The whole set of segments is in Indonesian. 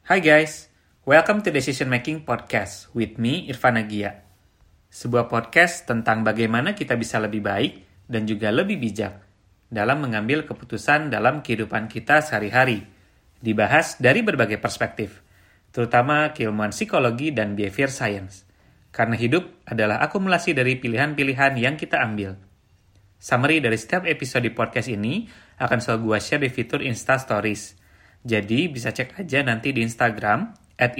Hi guys, welcome to Decision Making Podcast with me, Irfan Agia. Sebuah podcast tentang bagaimana kita bisa lebih baik dan juga lebih bijak dalam mengambil keputusan dalam kehidupan kita sehari-hari. Dibahas dari berbagai perspektif, terutama keilmuan psikologi dan behavior science. Karena hidup adalah akumulasi dari pilihan-pilihan yang kita ambil. Summary dari setiap episode podcast ini akan selalu gue share di fitur Insta Stories. Jadi bisa cek aja nanti di Instagram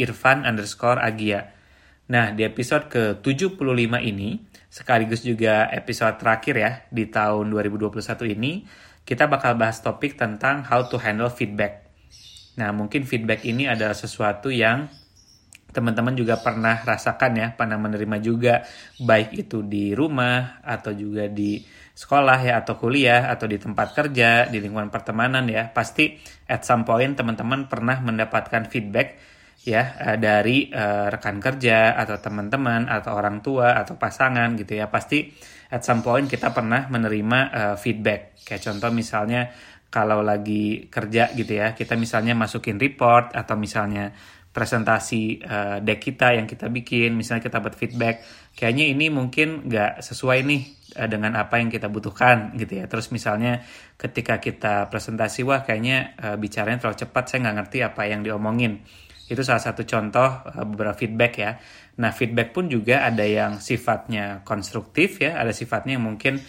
@irfan_agia. Nah, di episode ke-75 ini, sekaligus juga episode terakhir ya di tahun 2021 ini, kita bakal bahas topik tentang how to handle feedback. Nah, mungkin feedback ini adalah sesuatu yang teman-teman juga pernah rasakan ya, pernah menerima juga, baik itu di rumah atau juga di sekolah ya, atau kuliah, atau di tempat kerja, di lingkungan pertemanan ya. Pasti at some point teman-teman pernah mendapatkan feedback ya dari rekan kerja atau teman-teman atau orang tua atau pasangan gitu ya. Pasti at some point kita pernah menerima feedback. Kayak contoh misalnya kalau lagi kerja gitu ya, kita misalnya masukin report atau misalnya presentasi deck kita yang kita bikin, misalnya kita dapat feedback, kayaknya ini mungkin nggak sesuai nih dengan apa yang kita butuhkan gitu ya. Terus misalnya ketika kita presentasi, wah kayaknya bicaranya terlalu cepat, saya nggak ngerti apa yang diomongin. Itu salah satu contoh beberapa feedback ya. Nah, feedback pun juga ada yang sifatnya konstruktif ya, ada sifatnya yang mungkin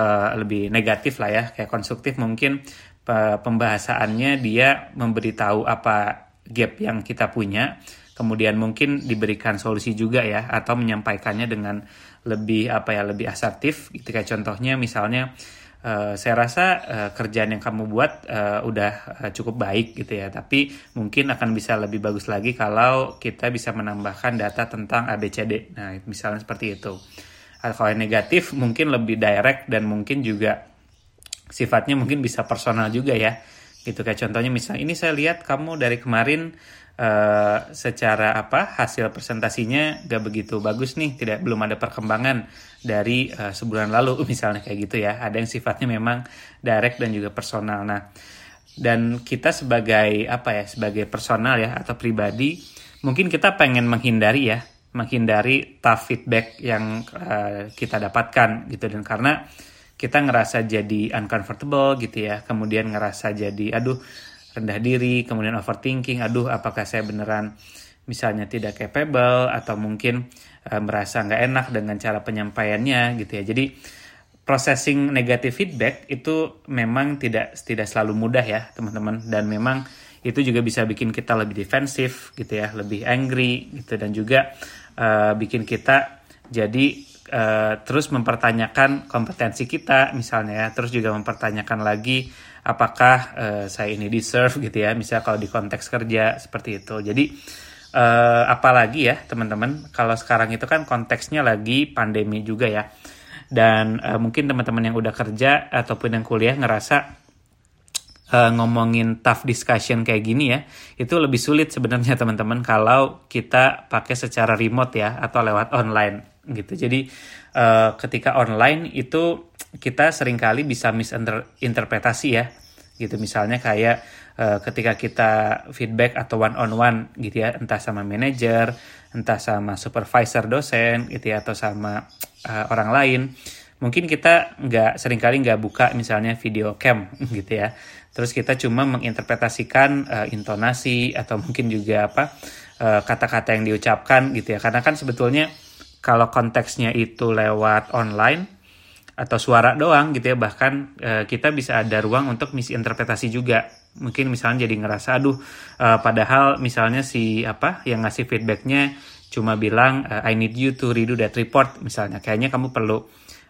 lebih negatif lah ya. Kayak konstruktif mungkin pembahasannya dia memberitahu apa gap yang kita punya, kemudian mungkin diberikan solusi juga ya, atau menyampaikannya dengan lebih lebih asertif gitu. Kayak contohnya misalnya saya rasa kerjaan yang kamu buat udah cukup baik gitu ya, tapi mungkin akan bisa lebih bagus lagi kalau kita bisa menambahkan data tentang ABCD. Nah, misalnya seperti itu. Kalau yang negatif mungkin lebih direct dan mungkin juga sifatnya mungkin bisa personal juga ya. Gitu, kayak contohnya misalnya, ini saya lihat kamu dari kemarin secara hasil presentasinya gak begitu bagus nih, belum ada perkembangan dari sebulan lalu misalnya, kayak gitu ya. Ada yang sifatnya memang direct dan juga personal. Nah, dan kita sebagai sebagai personal ya atau pribadi, mungkin kita pengen menghindari tough feedback yang kita dapatkan gitu. Dan karena kita ngerasa jadi uncomfortable gitu ya, kemudian ngerasa jadi rendah diri, kemudian overthinking, apakah saya beneran misalnya tidak capable, atau mungkin merasa nggak enak dengan cara penyampaiannya gitu ya. Jadi processing negative feedback itu memang tidak selalu mudah ya teman-teman, dan memang itu juga bisa bikin kita lebih defensif gitu ya, lebih angry gitu, dan juga bikin kita jadi terus mempertanyakan kompetensi kita misalnya ya, terus juga mempertanyakan lagi apakah saya ini deserve gitu ya, misalnya kalau di konteks kerja seperti itu. Jadi apalagi ya teman-teman, kalau sekarang itu kan konteksnya lagi pandemi juga ya, dan mungkin teman-teman yang udah kerja ataupun yang kuliah ngerasa ngomongin tough discussion kayak gini ya, itu lebih sulit sebenarnya teman-teman kalau kita pakai secara remote ya, atau lewat online gitu. Jadi ketika online itu kita seringkali bisa misinterpretasi ya gitu. Misalnya kayak ketika kita feedback atau one on one gitu ya, entah sama manajer, entah sama supervisor dosen gitu ya, atau sama orang lain, mungkin kita seringkali nggak buka misalnya video cam gitu ya. Terus kita cuma menginterpretasikan intonasi atau mungkin juga kata-kata yang diucapkan gitu ya. Karena kan sebetulnya kalau konteksnya itu lewat online atau suara doang gitu ya, bahkan kita bisa ada ruang untuk misinterpretasi juga. Mungkin misalnya jadi ngerasa padahal misalnya yang ngasih feedbacknya cuma bilang I need you to redo that report misalnya. Kayaknya kamu perlu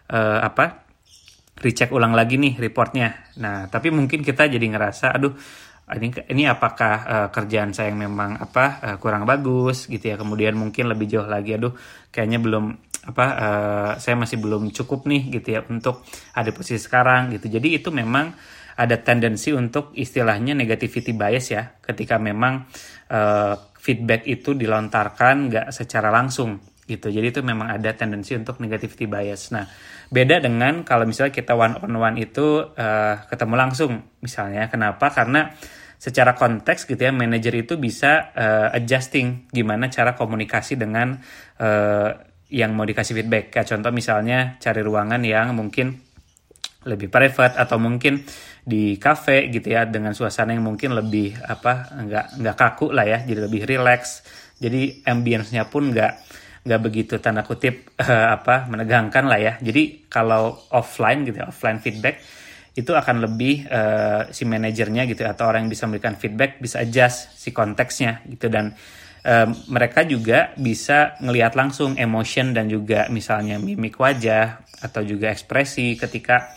recheck ulang lagi nih reportnya. Nah, tapi mungkin kita jadi ngerasa ini apakah kerjaan saya yang memang kurang bagus gitu ya. Kemudian mungkin lebih jauh lagi, kayaknya belum saya masih belum cukup nih gitu ya untuk ada posisi sekarang gitu. Jadi itu memang ada tendensi untuk istilahnya negativity bias ya, ketika memang feedback itu dilontarkan nggak secara langsung gitu. Jadi itu memang ada tendensi untuk negativity bias. Nah, beda dengan kalau misalnya kita one on one itu ketemu langsung misalnya. Kenapa? Karena secara konteks gitu ya, manajer itu bisa adjusting gimana cara komunikasi dengan yang mau dikasih feedback. Kayak contoh misalnya cari ruangan yang mungkin lebih private atau mungkin di cafe gitu ya, dengan suasana yang mungkin lebih nggak kaku lah ya, jadi lebih relax. Jadi ambience-nya pun nggak begitu tanda kutip menegangkan lah ya. Jadi kalau offline gitu ya, offline feedback itu akan lebih si manajernya gitu atau orang yang bisa memberikan feedback bisa adjust si konteksnya gitu, dan mereka juga bisa ngelihat langsung emotion dan juga misalnya mimik wajah atau juga ekspresi ketika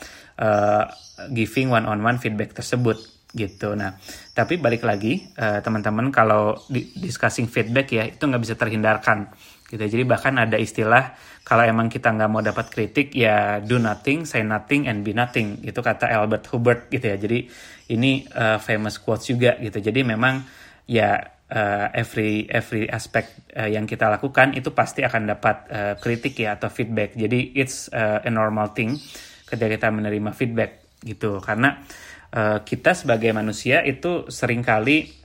giving one-on-one feedback tersebut gitu. Nah, tapi balik lagi teman-teman, kalau discussing feedback ya itu nggak bisa terhindarkan gitu. Jadi bahkan ada istilah kalau emang kita nggak mau dapat kritik ya do nothing, say nothing, and be nothing. Itu kata Albert Hubbard gitu ya. Jadi ini famous quotes juga gitu. Jadi memang ya every aspek yang kita lakukan itu pasti akan dapat kritik ya atau feedback. Jadi it's a normal thing ketika kita menerima feedback gitu. Karena kita sebagai manusia itu seringkali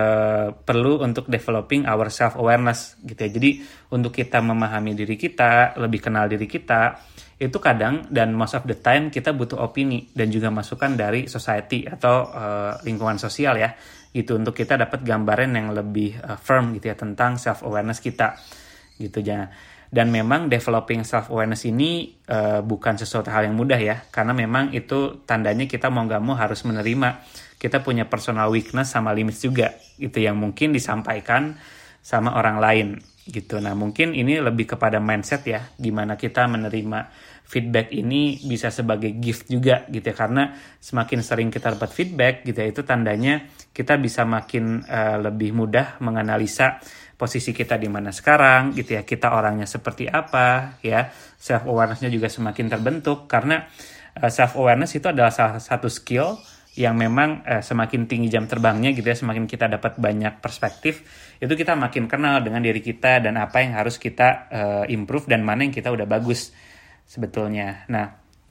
perlu untuk developing our self-awareness gitu ya. Jadi untuk kita memahami diri kita, lebih kenal diri kita, itu kadang dan most of the time kita butuh opini dan juga masukan dari society atau lingkungan sosial ya, gitu, untuk kita dapat gambaran yang lebih firm gitu ya tentang self-awareness kita gitu ya. Dan memang developing self-awareness ini bukan sesuatu hal yang mudah ya, karena memang itu tandanya kita mau nggak mau harus menerima kita punya personal weakness sama limits juga gitu, yang mungkin disampaikan sama orang lain gitu. Nah mungkin ini lebih kepada mindset ya, gimana kita menerima feedback ini bisa sebagai gift juga gitu ya, karena semakin sering kita dapat feedback gitu ya, itu tandanya kita bisa makin lebih mudah menganalisa posisi kita di mana sekarang gitu ya, kita orangnya seperti apa ya, self awareness-nya juga semakin terbentuk, karena self awareness itu adalah salah satu skill yang memang semakin tinggi jam terbangnya gitu ya, semakin kita dapat banyak perspektif, itu kita makin kenal dengan diri kita dan apa yang harus kita improve dan mana yang kita udah bagus sebetulnya. Nah,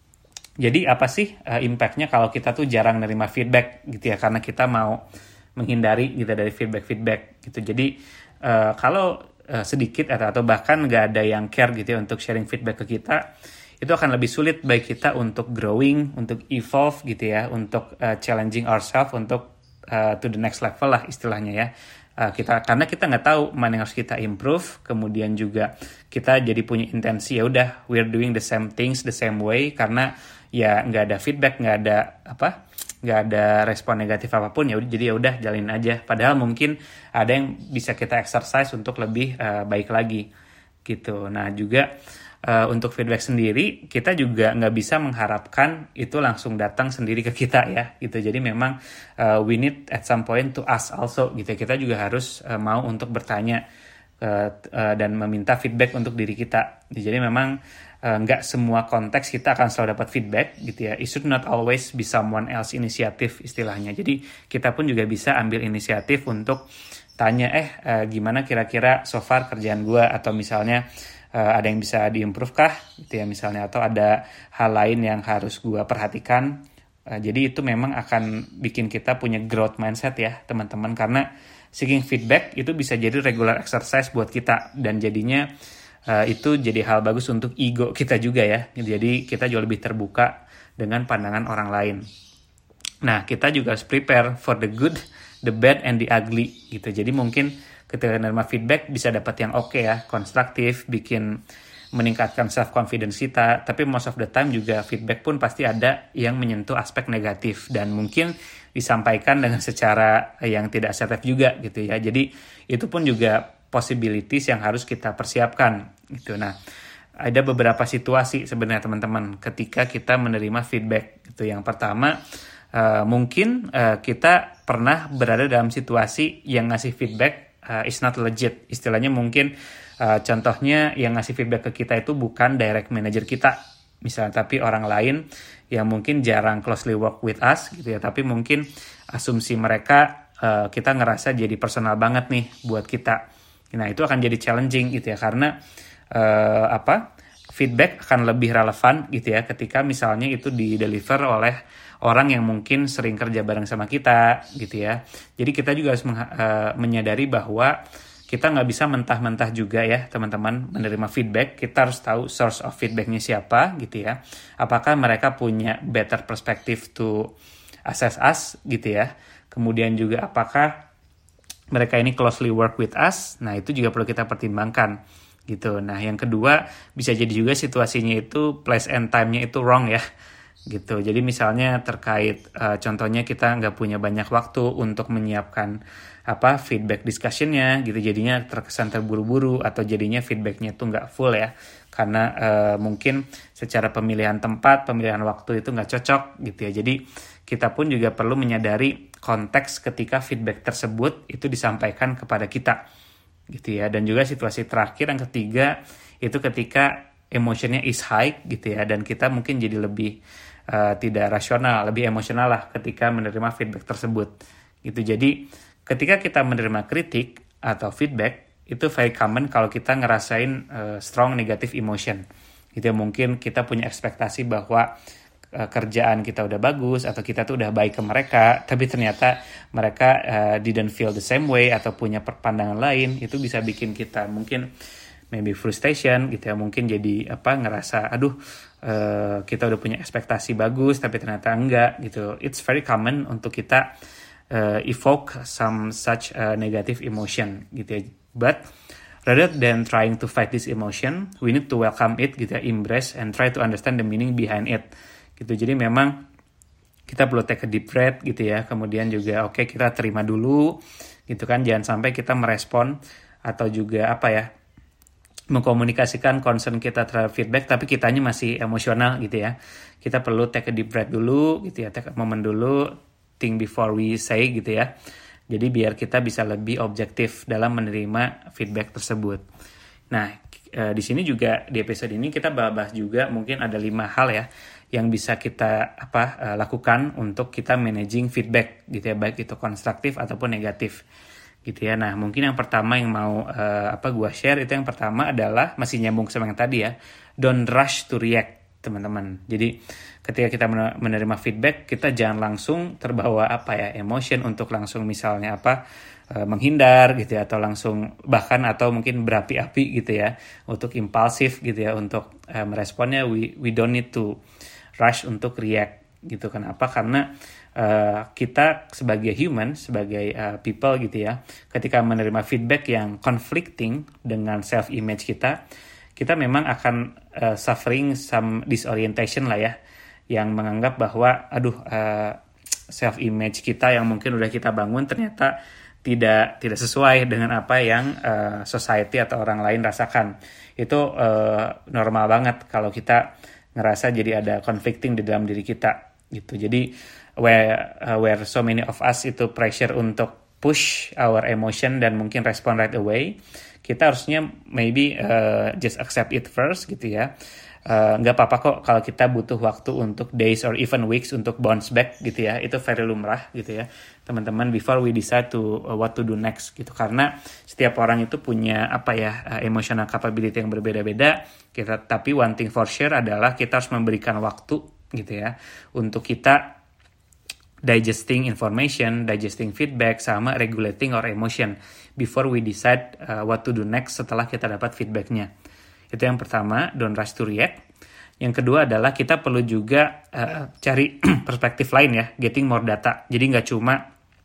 jadi apa sih impact-nya kalau kita tuh jarang nerima feedback gitu ya, karena kita mau menghindari gitu dari feedback gitu. Jadi kalau sedikit atau bahkan nggak ada yang care gitu ya untuk sharing feedback ke kita, itu akan lebih sulit bagi kita untuk growing, untuk evolve gitu ya, untuk challenging ourselves untuk to the next level lah istilahnya ya. Karena kita nggak tahu mana yang harus kita improve, kemudian juga kita jadi punya intensi ya udah we're doing the same things the same way, karena ya nggak ada feedback, nggak ada respon negatif apapun ya, jadi ya udah jalin aja. Padahal mungkin ada yang bisa kita exercise untuk lebih baik lagi gitu. Nah juga untuk feedback sendiri kita juga nggak bisa mengharapkan itu langsung datang sendiri ke kita ya gitu. Jadi memang we need at some point to ask also gitu. Kita juga harus mau untuk bertanya dan meminta feedback untuk diri kita. Jadi memang nggak semua konteks kita akan selalu dapat feedback gitu ya. It should not always be someone else initiative istilahnya. Jadi kita pun juga bisa ambil inisiatif untuk tanya gimana kira-kira so far kerjaan gue, atau misalnya ada yang bisa diimprove kah gitu ya misalnya, atau ada hal lain yang harus gue perhatikan. Jadi itu memang akan bikin kita punya growth mindset ya teman-teman, karena seeking feedback itu bisa jadi regular exercise buat kita, dan jadinya itu jadi hal bagus untuk ego kita juga ya. Jadi kita jauh lebih terbuka dengan pandangan orang lain. Nah kita juga harus prepare for the good, the bad, and the ugly gitu. Jadi mungkin ketika menerima feedback bisa dapat yang oke ya, konstruktif, bikin meningkatkan self confidence kita. Tapi most of the time juga feedback pun pasti ada yang menyentuh aspek negatif dan mungkin disampaikan dengan secara yang tidak asertif juga gitu ya. Jadi itu pun juga possibilities yang harus kita persiapkan gitu. Nah, ada beberapa situasi sebenarnya teman-teman ketika kita menerima feedback gitu. Yang pertama, mungkin kita pernah berada dalam situasi yang ngasih feedback is not legit. Istilahnya mungkin contohnya yang ngasih feedback ke kita itu bukan direct manager kita misalnya, tapi orang lain yang mungkin jarang closely work with us gitu ya, tapi mungkin asumsi mereka kita ngerasa jadi personal banget nih buat kita. Nah itu akan jadi challenging gitu ya, karena feedback akan lebih relevan gitu ya ketika misalnya itu di deliver oleh orang yang mungkin sering kerja bareng sama kita gitu ya. Jadi kita juga harus menyadari bahwa kita nggak bisa mentah-mentah juga ya teman-teman menerima feedback. Kita harus tahu source of feedbacknya siapa gitu ya. Apakah mereka punya better perspective to assess us gitu ya. Kemudian juga apakah mereka ini closely work with us. Nah itu juga perlu kita pertimbangkan gitu. Nah yang kedua bisa jadi juga situasinya itu place and time-nya itu wrong ya gitu. Jadi misalnya terkait contohnya kita nggak punya banyak waktu untuk menyiapkan feedback discussion-nya gitu, jadinya terkesan terburu-buru atau jadinya feedback-nya tuh nggak full ya karena mungkin secara pemilihan tempat, pemilihan waktu itu nggak cocok gitu ya. Jadi kita pun juga perlu menyadari konteks ketika feedback tersebut itu disampaikan kepada kita gitu ya. Dan juga situasi terakhir yang ketiga itu ketika emotionnya is high gitu ya, dan kita mungkin jadi lebih tidak rasional, lebih emosional lah ketika menerima feedback tersebut gitu. Jadi ketika kita menerima kritik atau feedback itu very common kalau kita ngerasain strong negative emotion gitu ya. Mungkin kita punya ekspektasi bahwa kerjaan kita udah bagus atau kita tuh udah baik ke mereka, tapi ternyata mereka didn't feel the same way atau punya pandangan lain. Itu bisa bikin kita mungkin maybe frustration gitu ya, mungkin jadi ngerasa kita udah punya ekspektasi bagus tapi ternyata enggak gitu. It's very common untuk kita evoke some such negative emotion gitu ya. But rather than trying to fight this emotion, we need to welcome it gitu ya, embrace and try to understand the meaning behind it gitu. Jadi memang kita perlu take a deep breath gitu ya, kemudian juga kita terima dulu gitu kan, jangan sampai kita merespon atau juga mengkomunikasikan concern kita terhadap feedback tapi kitanya masih emosional gitu ya. Kita perlu take a deep breath dulu gitu ya, take a moment dulu, think before we say gitu ya. Jadi biar kita bisa lebih objektif dalam menerima feedback tersebut. Nah, di sini juga di episode ini kita bahas juga mungkin ada 5 hal ya yang bisa kita lakukan untuk kita managing feedback gitu ya, baik itu konstruktif ataupun negatif gitu ya. Nah mungkin yang pertama yang mau gua share itu, yang pertama adalah masih nyambung sama yang tadi ya, don't rush to react teman-teman. Jadi ketika kita menerima feedback, kita jangan langsung terbawa emotion untuk langsung misalnya menghindar gitu ya, atau langsung bahkan atau mungkin berapi-api gitu ya, untuk impulsif gitu ya untuk meresponnya. We don't need to rush untuk react gitu. Kenapa? Karena kita sebagai human, sebagai people gitu ya, ketika menerima feedback yang conflicting dengan self-image kita memang akan suffering some disorientation lah ya, yang menganggap bahwa self-image kita yang mungkin udah kita bangun ternyata tidak sesuai dengan apa yang society atau orang lain rasakan. Itu normal banget kalau kita ngerasa jadi ada conflicting di dalam diri kita gitu. Jadi where so many of us itu pressure untuk push our emotion dan mungkin respond right away, kita harusnya maybe just accept it first gitu ya. Nggak apa-apa kok kalau kita butuh waktu untuk days or even weeks untuk bounce back gitu ya. Itu very lumrah gitu ya teman-teman, before we decide to what to do next gitu. Karena setiap orang itu punya emotional capability yang berbeda-beda. Tapi one thing for sure adalah kita harus memberikan waktu gitu ya untuk kita digesting information, digesting feedback, sama regulating our emotion before we decide what to do next setelah kita dapat feedbacknya. Itu yang pertama, don't rush to react. Yang kedua adalah kita perlu juga cari perspektif lain ya, getting more data. Jadi nggak cuma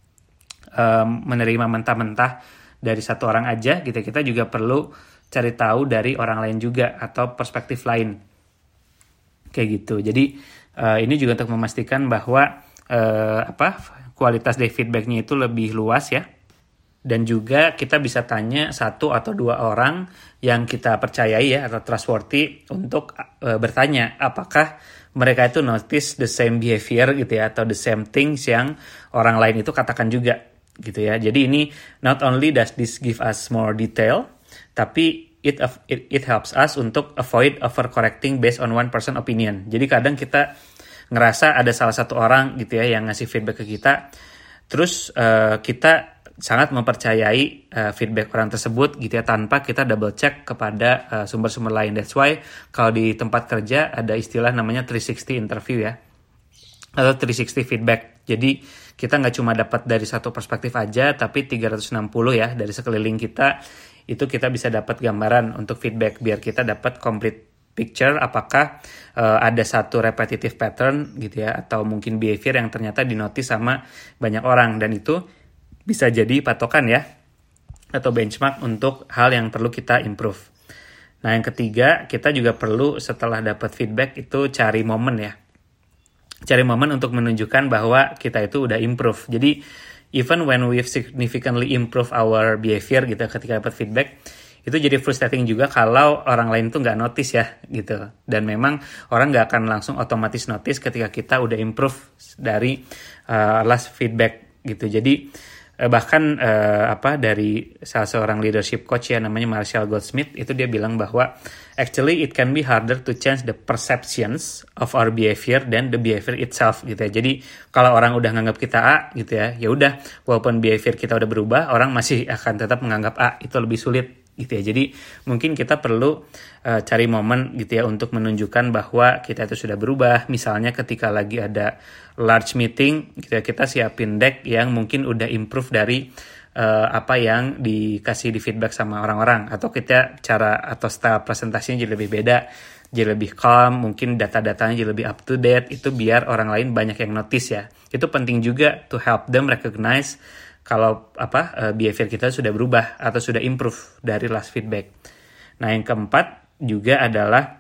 menerima mentah-mentah dari satu orang aja gitu. Kita juga perlu cari tahu dari orang lain juga atau perspektif lain. Kayak gitu. Jadi ini juga untuk memastikan bahwa kualitas dari feedbacknya itu lebih luas ya. Dan juga kita bisa tanya 1 atau 2 orang yang kita percayai ya atau trustworthy untuk bertanya apakah mereka itu notice the same behavior gitu ya, atau the same things yang orang lain itu katakan juga gitu ya. Jadi ini not only does this give us more detail, tapi it helps us untuk avoid overcorrecting based on one person opinion. Jadi kadang kita ngerasa ada salah satu orang gitu ya yang ngasih feedback ke kita, terus kita sangat mempercayai feedback orang tersebut gitu ya, tanpa kita double check kepada sumber-sumber lain. That's why kalau di tempat kerja ada istilah namanya 360 interview ya. atau 360 feedback. Jadi kita nggak cuma dapat dari satu perspektif aja, tapi 360 ya, dari sekeliling kita, itu kita bisa dapat gambaran untuk feedback, biar kita dapat complete picture apakah ada satu repetitive pattern gitu ya, atau mungkin behavior yang ternyata dinotis sama banyak orang, dan itu bisa jadi patokan ya, atau benchmark untuk hal yang perlu kita improve. Nah yang ketiga, kita juga perlu setelah dapat feedback itu cari momen ya. Cari momen untuk menunjukkan bahwa kita itu udah improve. Jadi even when we've significantly improve our behavior gitu ketika dapat feedback, itu jadi frustrating juga kalau orang lain tuh nggak notice ya gitu. Dan memang orang nggak akan langsung otomatis notice ketika kita udah improve dari last feedback gitu. Jadi bahkan dari salah seorang leadership coach ya, namanya Marshall Goldsmith, itu dia bilang bahwa actually it can be harder to change the perceptions of our behavior than the behavior itself gitu ya. Jadi kalau orang udah nganggap kita A gitu ya, ya udah walaupun behavior kita udah berubah, orang masih akan tetap menganggap A, itu lebih sulit gitu ya. Jadi mungkin kita perlu cari momen gitu ya untuk menunjukkan bahwa kita itu sudah berubah. Misalnya ketika lagi ada large meeting gitu ya, kita siapin deck yang mungkin udah improve dari apa yang dikasih di feedback sama orang-orang, atau kita cara atau style presentasinya jadi lebih beda, jadi lebih calm, mungkin data-datanya jadi lebih up to date, itu biar orang lain banyak yang notice ya. Itu penting juga to help them recognize kalau behavior kita sudah berubah atau sudah improve dari last feedback. Nah yang keempat juga adalah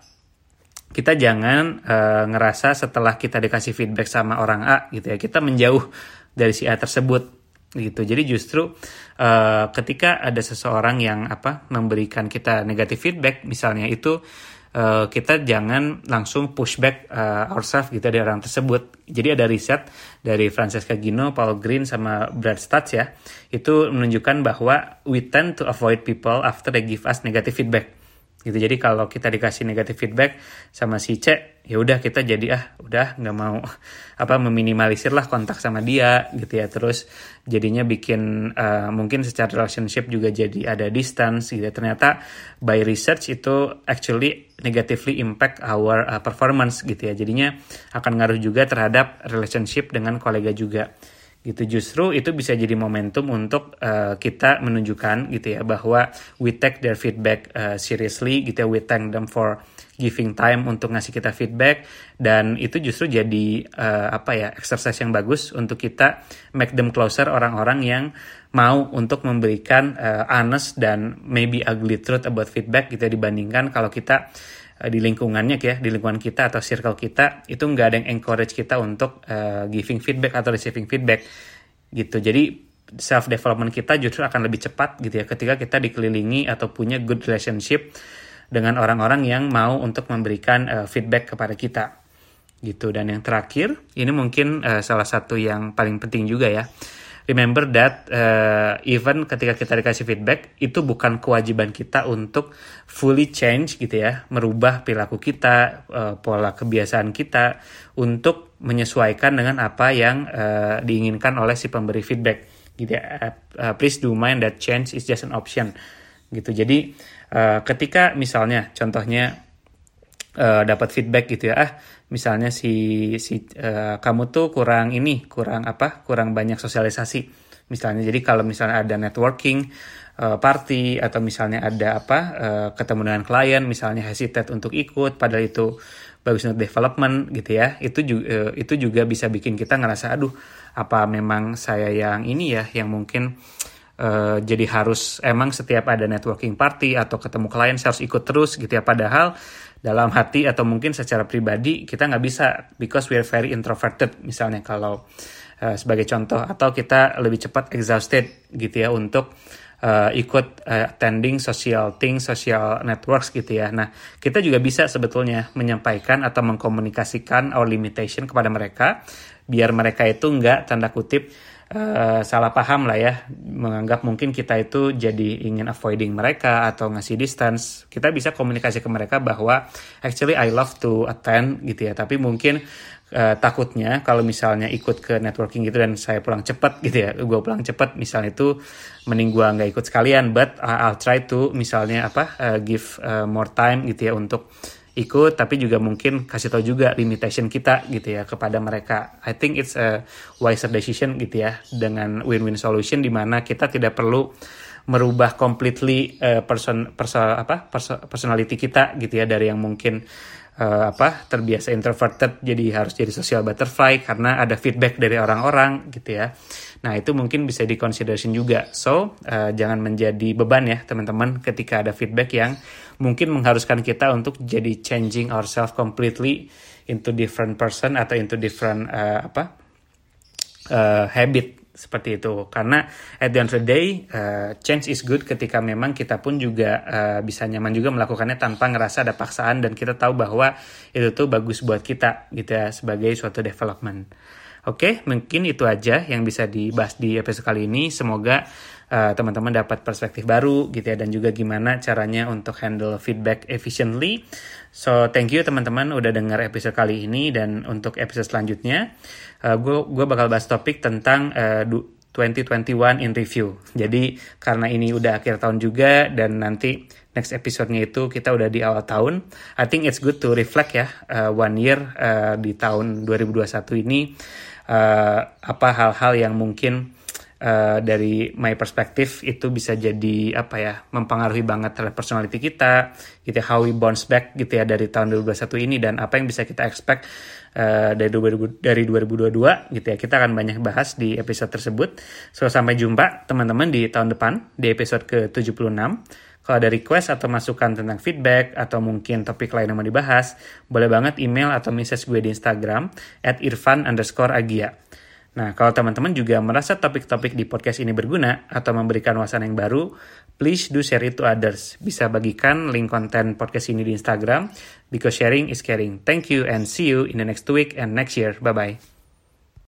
kita jangan ngerasa setelah kita dikasih feedback sama orang A gitu ya, kita menjauh dari si A tersebut gitu. Jadi justru ketika ada seseorang yang memberikan kita negative feedback misalnya, itu kita jangan langsung pushback ourselves gitu dari orang tersebut. Jadi ada riset dari Francesca Gino, Paul Green, sama Brad Stutz ya, itu menunjukkan bahwa we tend to avoid people after they give us negative feedback gitu. Jadi kalau kita dikasih negative feedback sama si C, ya udah kita jadi udah nggak mau meminimalisir lah kontak sama dia gitu ya. Terus jadinya bikin mungkin secara relationship juga jadi ada distance gitu ya. Ternyata by research itu actually negatively impact our performance gitu ya. Jadinya akan ngaruh juga terhadap relationship dengan kolega juga gitu. Justru itu bisa jadi momentum untuk kita menunjukkan gitu ya bahwa we take their feedback seriously gitu ya, we thank them for giving time untuk ngasih kita feedback, dan itu justru jadi exercise yang bagus untuk kita make them closer, orang-orang yang mau untuk memberikan honest dan maybe ugly truth about feedback gitu ya, dibandingkan kalau kita di lingkungannya ya, di lingkungan kita atau circle kita itu nggak ada yang encourage kita untuk giving feedback atau receiving feedback gitu. Jadi self development kita justru akan lebih cepat gitu ya ketika kita dikelilingi atau punya good relationship dengan orang-orang yang mau untuk memberikan feedback kepada kita gitu. Dan yang terakhir, ini mungkin salah satu yang paling penting juga ya. Remember that even ketika kita dikasih feedback, itu bukan kewajiban kita untuk fully change gitu ya, merubah perilaku kita, pola kebiasaan kita untuk menyesuaikan dengan apa yang diinginkan oleh si pemberi feedback gitu ya. Please do mind that change is just an option gitu. Jadi ketika misalnya contohnya dapat feedback gitu ya, misalnya kamu tuh kurang banyak sosialisasi misalnya. Jadi kalau misalnya ada networking party, atau misalnya ada ketemu dengan klien, misalnya hesitate untuk ikut padahal itu bagus untuk development gitu ya, itu juga bisa bikin kita ngerasa apa memang saya yang ini ya, yang mungkin jadi harus emang setiap ada networking party atau ketemu klien saya harus ikut terus gitu ya, padahal dalam hati atau mungkin secara pribadi kita nggak bisa, because we are very introverted misalnya kalau sebagai contoh, atau kita lebih cepat exhausted gitu ya untuk ikut attending social things, social networks gitu ya. Nah kita juga bisa sebetulnya menyampaikan atau mengkomunikasikan our limitation kepada mereka, biar mereka itu nggak tanda kutip salah paham lah ya, menganggap mungkin kita itu jadi ingin avoiding mereka atau ngasih distance. Kita bisa komunikasi ke mereka bahwa actually I love to attend gitu ya, tapi mungkin takutnya kalau misalnya ikut ke networking gitu dan saya pulang cepat gitu ya, gue pulang cepat misalnya, itu mending gue nggak ikut sekalian, but I'll try to misalnya give more time gitu ya untuk ikut, tapi juga mungkin kasih tahu juga limitation kita gitu ya kepada mereka. I think it's a wiser decision gitu ya, dengan win-win solution di mana kita tidak perlu merubah completely personality kita gitu ya, dari yang mungkin terbiasa introverted jadi harus jadi social butterfly karena ada feedback dari orang-orang gitu ya. Nah, itu mungkin bisa di-consideration juga. So, jangan menjadi beban ya teman-teman ketika ada feedback yang mungkin mengharuskan kita untuk jadi changing ourselves completely into different person atau into different habit seperti itu. Karena at the end of the day, change is good ketika memang kita pun juga bisa nyaman juga melakukannya tanpa ngerasa ada paksaan, dan kita tahu bahwa itu tuh bagus buat kita gitu ya, sebagai suatu development. Oke, mungkin itu aja yang bisa dibahas di episode kali ini. Semoga teman-teman dapat perspektif baru gitu ya, dan juga gimana caranya untuk handle feedback efficiently. So, thank you teman-teman udah dengar episode kali ini, dan untuk episode selanjutnya gue bakal bahas topik tentang 2021 in review. Jadi karena ini udah akhir tahun juga, dan nanti next episode-nya itu kita udah di awal tahun, I think it's good to reflect ya, 1 year di tahun 2021 ini, apa hal-hal yang mungkin dari my perspective itu bisa jadi mempengaruhi banget terhadap personality kita gitu ya, how we bounce back gitu ya dari tahun 2021 ini, dan apa yang bisa kita expect dari 2022 gitu ya. Kita akan banyak bahas di episode tersebut. So, sampai jumpa teman-teman di tahun depan di episode ke-76. Kalau ada request atau masukan tentang feedback atau mungkin topik lain yang mau dibahas, boleh banget email atau message gue di Instagram @irfan_agia. Nah, kalau teman-teman juga merasa topik-topik di podcast ini berguna atau memberikan wawasan yang baru, please do share it to others. Bisa bagikan link konten podcast ini di Instagram, because sharing is caring. Thank you and see you in the next week and next year. Bye-bye.